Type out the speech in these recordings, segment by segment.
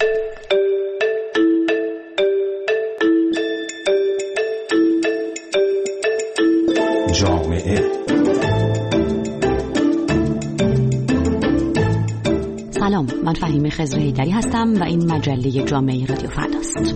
جامعه. سلام، من فهیمه خضرهیدری هستم و این مجله جامعه رادیو فرداست.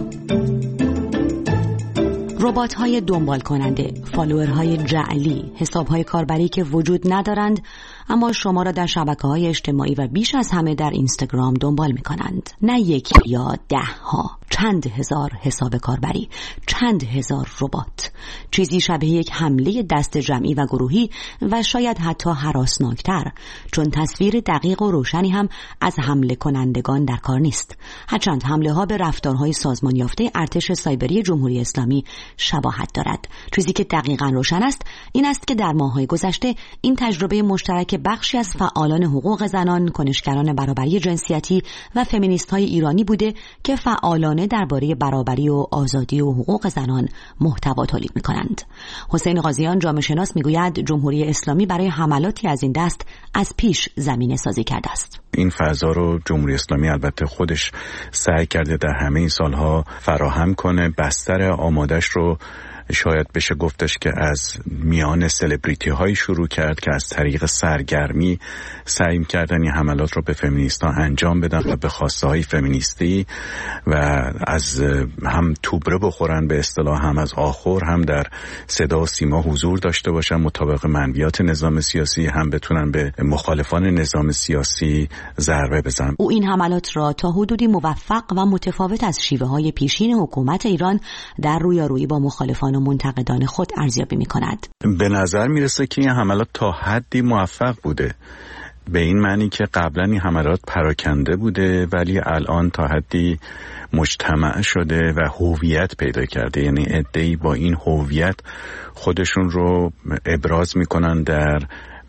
ربات‌های دنبال کننده، فالوورهای جعلی، حساب‌های کاربری که وجود ندارند اما شما را در شبکه‌های اجتماعی و بیش از همه در اینستاگرام دنبال می‌کنند. نه یک یا 10 ها، چند هزار حساب کاربری، چند هزار ربات. چیزی شبیه یک حمله دست جمعی و گروهی و شاید حتی هراسناکتر، چون تصویر دقیق و روشنی هم از حمله کنندگان در کار نیست. هرچند حمله ها به رفتارهای سازمان یافته ارتش سایبری جمهوری اسلامی شباهت دارد. چیزی که دقیقاً روشن است این است که در ماه‌های گذشته این تجربه مشترک بخشی از فعالان حقوق زنان، کنشگران برابری جنسیتی و فمینیست‌های ایرانی بوده که فعالانه درباره برابری و آزادی و حقوق زنان محتوا تولید می‌کنند. حسین قاضیان جامعه شناس می‌گوید جمهوری اسلامی برای حملاتی از این دست از پیش زمینه سازی کرده است. این فضا رو جمهوری اسلامی البته خودش سعی کرده در همه این سالها فراهم کنه. بستر آمادش رو شاید بشه گفتش که از میان سلبریتی هایی شروع کرد که از طریق سرگرمی سعی کردن این حملات رو به فمینیست‌ها انجام بدن و به خواسته های فمینیستی و از هم توبره بخورن به اصطلاح، هم از آخر، هم در صدا و سیما حضور داشته باشن مطابق منویات نظام سیاسی، هم بتونن به مخالفان نظام سیاسی ضربه بزنن. او این حملات را تا حدودی موفق و متفاوت از شیوه های پیشین حکومت ایران در رویارویی با مخالفان و منتقدان خود ارزیابی می‌کند. به نظر میرسه که این حملات تا حدی موفق بوده، به این معنی که قبلا این حملات پراکنده بوده ولی الان تا حدی مجتمع شده و هویت پیدا کرده، یعنی عده‌ای با این هویت خودشون رو ابراز میکنن در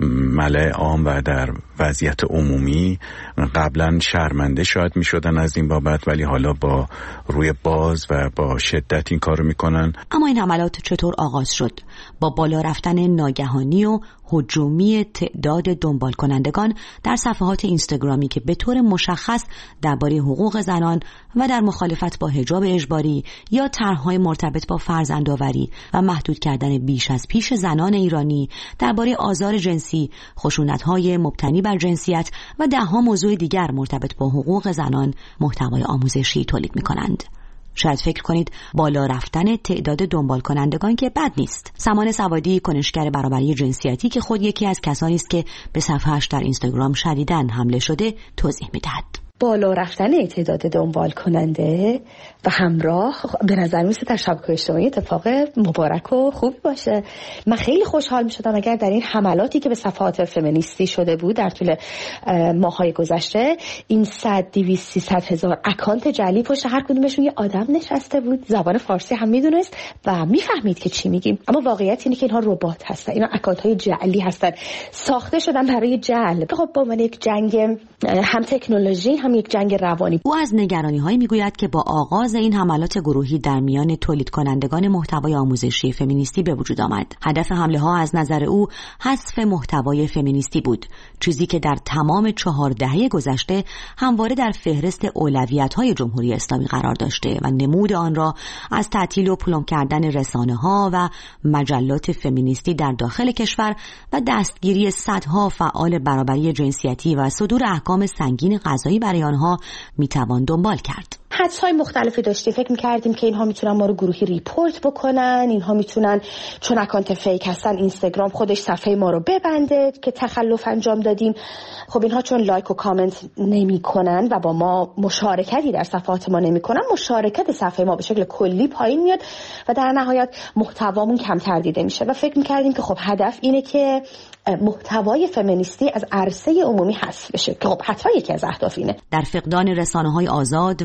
ملأ عام و در وضعیت عمومی. قبلا شرمنده شاید می شدن از این بابت ولی حالا با روی باز و با شدت این کارو میکنن. اما این حملات چطور آغاز شد؟ با بالا رفتن ناگهانی و هجومی تعداد دنبال کنندگان در صفحات اینستاگرامی که به طور مشخص درباره حقوق زنان و در مخالفت با حجاب اجباری یا طرح‌های مرتبط با فرزندآوری و محدود کردن بیش از پیش زنان ایرانی، درباره آزار جنسی، خشونت‌های مبتنی بر جنسیت و ده‌ها موضوع دیگر مرتبط با حقوق زنان محتوای آموزشی تولید می‌کنند. شاید فکر کنید بالا رفتن تعداد دنبال کنندگان که بد نیست. سمان سوادی، کنشگر برابری جنسیتی که خود یکی از کسانی است که به صفحه‌اش در اینستاگرام شدیداً حمله شده، توضیح می‌دهد. بالا رفتن تعداد دنبال کننده و همراه به نظر میسه در شبکه‌های اجتماعی اتفاق مبارک و خوبی باشه. من خیلی خوشحال میشدم اگر در این حملاتی که به صفحات فمینیستی شده بود در طول ماه‌های گذشته این 100 200 300 هزار اکانت جعلی پشت هر کدومشون یه آدم نشسته بود، زبان فارسی هم میدونست و میفهمید که چی میگیم. اما واقعیت اینه که اینها ربات هستن، اینا اکانت‌های جعلی هستن، ساخته شدن برای جعل. خب با من یک جنگ هم تکنولوژی هم یک جنگ روانی. او از نگرانی‌هایی میگوید که با آغاز این حملات گروهی در میان تولید کنندگان محتوای آموزشی فمینیستی به وجود آمد. هدف حمله‌ها از نظر او حذف محتوای فمینیستی بود، چیزی که در تمام 4 دهه گذشته همواره در فهرست اولویت‌های جمهوری اسلامی قرار داشته و نمود آن را از تعطیل و پلم کردن رسانه‌ها و مجلات فمینیستی در داخل کشور و دستگیری صدها فعال برابری جنسیتی و صدور احکام سنگین قضایی برای آنها میتوان دنبال کرد. حدس‌های مختلفی داشتیم، فکر می‌کردیم که اینها میتونن ما رو گروهی ریپورت بکنن، اینها میتونن چون اکانت فیک هستن اینستاگرام خودش صفحه ما رو ببنده که تخلف انجام دادیم. خب اینها چون لایک و کامنت نمی‌کنن و با ما مشارکتی در صفحات ما نمی‌کنن، مشارکت صفحه ما به شکل کلی پایین میاد و در نهایت محتوامون کمتر دیده میشه و فکر می‌کردیم که خب هدف اینه که محتوای فمینیستی از عرصه عمومی حذف بشه که خب حتما یکی از اهداف اینه. در فقدان رسانه‌های آزاد و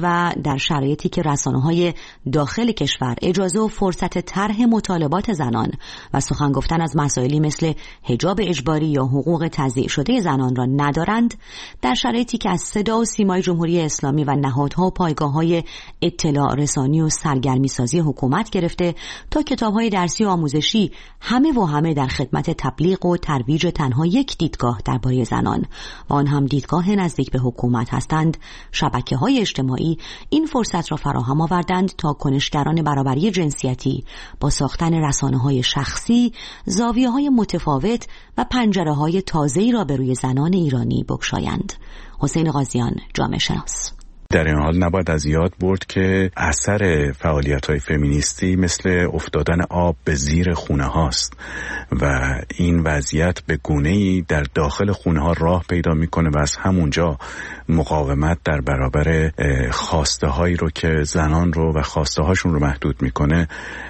در شرایطی که رسانه‌های داخل کشور اجازه و فرصت طرح مطالبات زنان و سخن گفتن از مسائلی مثل حجاب اجباری یا حقوق تضییع شده زنان را ندارند، در شرایطی که از صدا و سیمای جمهوری اسلامی و نهادها و پایگاه‌های اطلاع رسانی و سرگرمی سازی حکومت گرفته تا کتاب‌های درسی و آموزشی همه در خدمت تبلیغ و ترویج تنها یک دیدگاه درباره زنان و آن هم دیدگاه نزدیک به حکومت هستند، شبکه‌های اجتماعی این فرصت را فراهم آوردند تا کنشگران برابری جنسیتی با ساختن رسانه‌های شخصی زاویه‌های متفاوت و پنجره‌های تازه‌ای را به روی زنان ایرانی بگشایند. حسین قاضیان، جامعه شناس. در این حال نباید از یاد برد که اثر فعالیت‌های فمینیستی مثل افتادن آب به زیر خونه هاست و این وضعیت به گونه‌ای در داخل خونه ها راه پیدا میکنه و از همونجا مقاومت در برابر خواسته هایی رو که زنان رو و خواسته هاشون رو محدود میکنه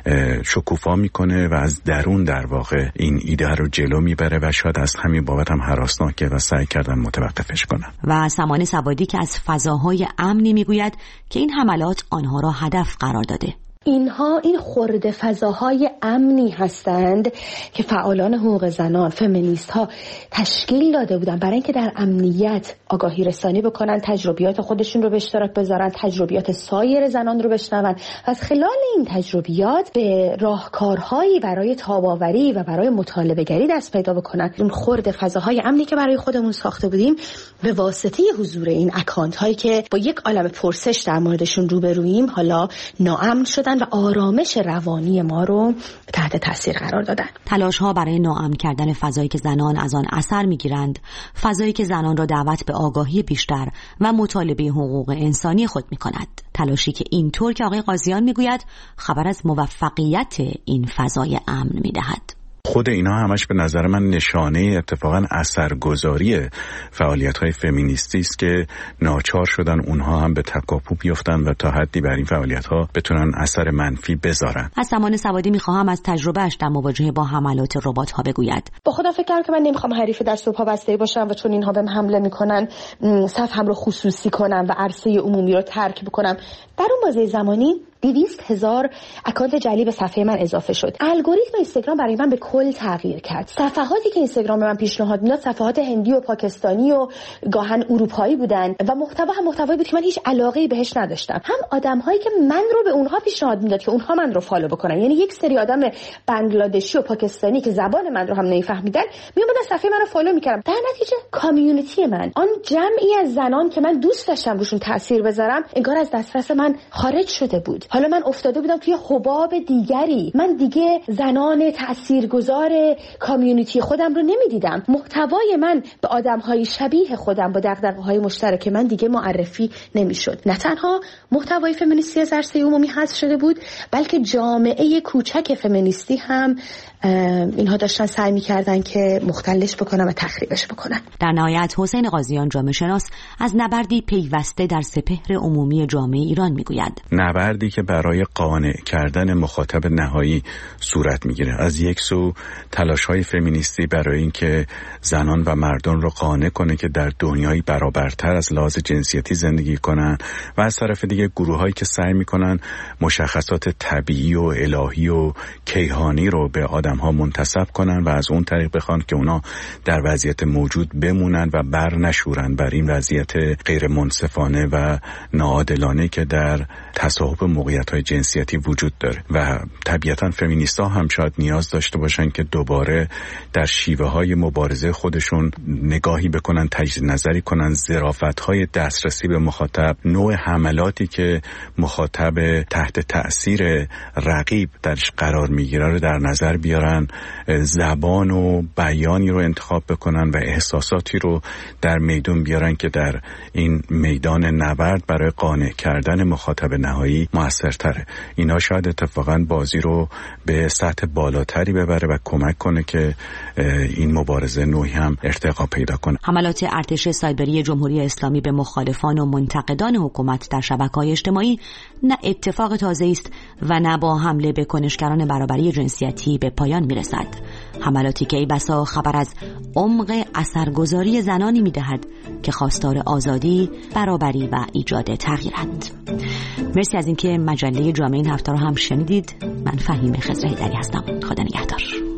شکوفا میکنه و از درون در واقع این ایده رو جلو میبره و شاید از همین بابت هم هراسناکه و سعی کردن متوقفش کنن. و سمان سوادی که از فضاهای امنی میگوید که این حملات آنها را هدف قرار داده. اینها این خرد فضاهای امنی هستند که فعالان حقوق زنان، فمینیست ها تشکیل داده بودن برای اینکه در امنیت آگاهی رسانی بکنن، تجربیات خودشون رو به اشتراک بذارن، تجربیات سایر زنان رو بشنون. از خلال این تجربیات به راهکارهایی برای تاب‌آوری و برای مطالبه گری دست پیدا بکنن. اون خرد فضاهای امنی که برای خودمون ساخته بودیم به واسطه حضور این اکانت هایی که با یک عالم پرسش در موردشون روبرویم حالا ناامن شدن و آرامش روانی ما رو تحت تاثیر قرار دادن. تلاش ها برای ناامن کردن فضایی که زنان از آن اثر میگیرند، فضایی که زنان را دعوت به آگاهی بیشتر و مطالبه حقوق انسانی خود میکند. تلاشی که اینطور که آقای قاضیان میگوید خبر از موفقیت این فضای امن میدهد. خود اینا همش به نظر من نشانه اتفاقا اثرگذاری فعالیت‌های فمینیستی است که ناچار شدن اونها هم به تکاپو بیفتن و تا حدی بر این فعالیت‌ها بتونن اثر منفی بذارن. از سمان سوادی می‌خواهم از تجربه‌اش در مواجهه با حملات ربات‌ها بگوید. با خودم فکر کردم که من نمی‌خوام حریف دست و پا بسته باشم و چون اینها بهم حمله می‌کنن صفحه‌ام رو خصوصی کنم و عرصه عمومی رو ترک بکنم. در اون بازه زمانی 200,000 اکانت جعلی به صفحه من اضافه شد. الگوریتم اینستاگرام برای من به کل تغییر کرد. صفحاتی که اینستاگرام به من پیشنهاد میداد صفحات هندی و پاکستانی و گاهن اروپایی بودن و محتوایی بود که من هیچ علاقه‌ای بهش نداشتم. هم آدم‌هایی که من رو به اونها پیشنهاد میداد که اونها من رو فالو بکنن، یعنی یک سری آدم بنگلادشی و پاکستانی که زبان من رو هم نمی‌فهمیدن میومدن صفحه منو فالو می‌کردن. در نتیجه کامیونیتی من، آن جمعی از زنان که من دوست داشتم روشون تاثیر بذارم، انگار از دسترس من خارج شده بود. حالا من افتاده بودم توی حباب دیگری. من دیگه زنان تاثیرگذار کامیونیتی خودم رو نمیدیدم. محتوای من به آدم‌های شبیه خودم با دغدغه‌های مشترک من دیگه معرفی نمیشد. نه تنها محتوای فمینیستی از عرصه عمومی حذف شده بود، بلکه جامعه کوچک فمینیستی هم اینها داشتن سعی می‌کردن که مختلش بکنن و تخریبش بکنن. در نهایت حسین قاضیان، جامعه شناس، از نبردی پیوسته در سپهر عمومی جامعه ایران میگوید. نبردی که برای قانع کردن مخاطب نهایی صورت میگیره. از یک سو تلاش‌های فمینیستی برای اینکه زنان و مردان رو قانع کنه که در دنیایی برابرتر از لحاظ جنسیتی زندگی کنن و از طرف دیگه گروه‌هایی که سعی میکنن مشخصات طبیعی و الهی و کیهانی رو به آدم‌ها منتسب کنن و از اون طریق بخوان که اونا در وضعیت موجود بمونن و بر نشورن بر این وضعیت غیر منصفانه و ناعادلانه که در تصاحب موقعیت‌های جنسیتی وجود داره. و طبیعتاً فمینیست‌ها هم شاید نیاز داشته باشن که دوباره در شیوه‌های مبارزه خودشون نگاهی بکنن، تجدید نظری کنن، ظرافت‌های دسترسی به مخاطب، نوع حملاتی که مخاطب تحت تأثیر رقیب درش قرار میگیره رو در نظر بیارن، زبان و بیانی رو انتخاب بکنن و احساساتی رو در میدون بیارن که در این میدان نبرد برای قانع کردن مخاطب نهایی موثرتره. اینا شاید اتفاقا بازی رو به سطح بالاتری ببره و کمک کنه که این مبارزه نوعی هم ارتقا پیدا کنه. حملات ارتش سایبری جمهوری اسلامی به مخالفان و منتقدان حکومت در شبکه‌های اجتماعی نه اتفاق تازه‌ای است و نه با حمله به کنشگران برابری جنسیتی به پایان میرسد. حملاتی که ای بسا خبر از عمق اثرگذاری زنانی میدهد که خواستار آزادی، برابری و ایجاد تغییرند. مرسی از اینکه مجله جامعه این هفته رو هم شنیدید. من فهیم خضرهیدری هستم. خدا نگهدار.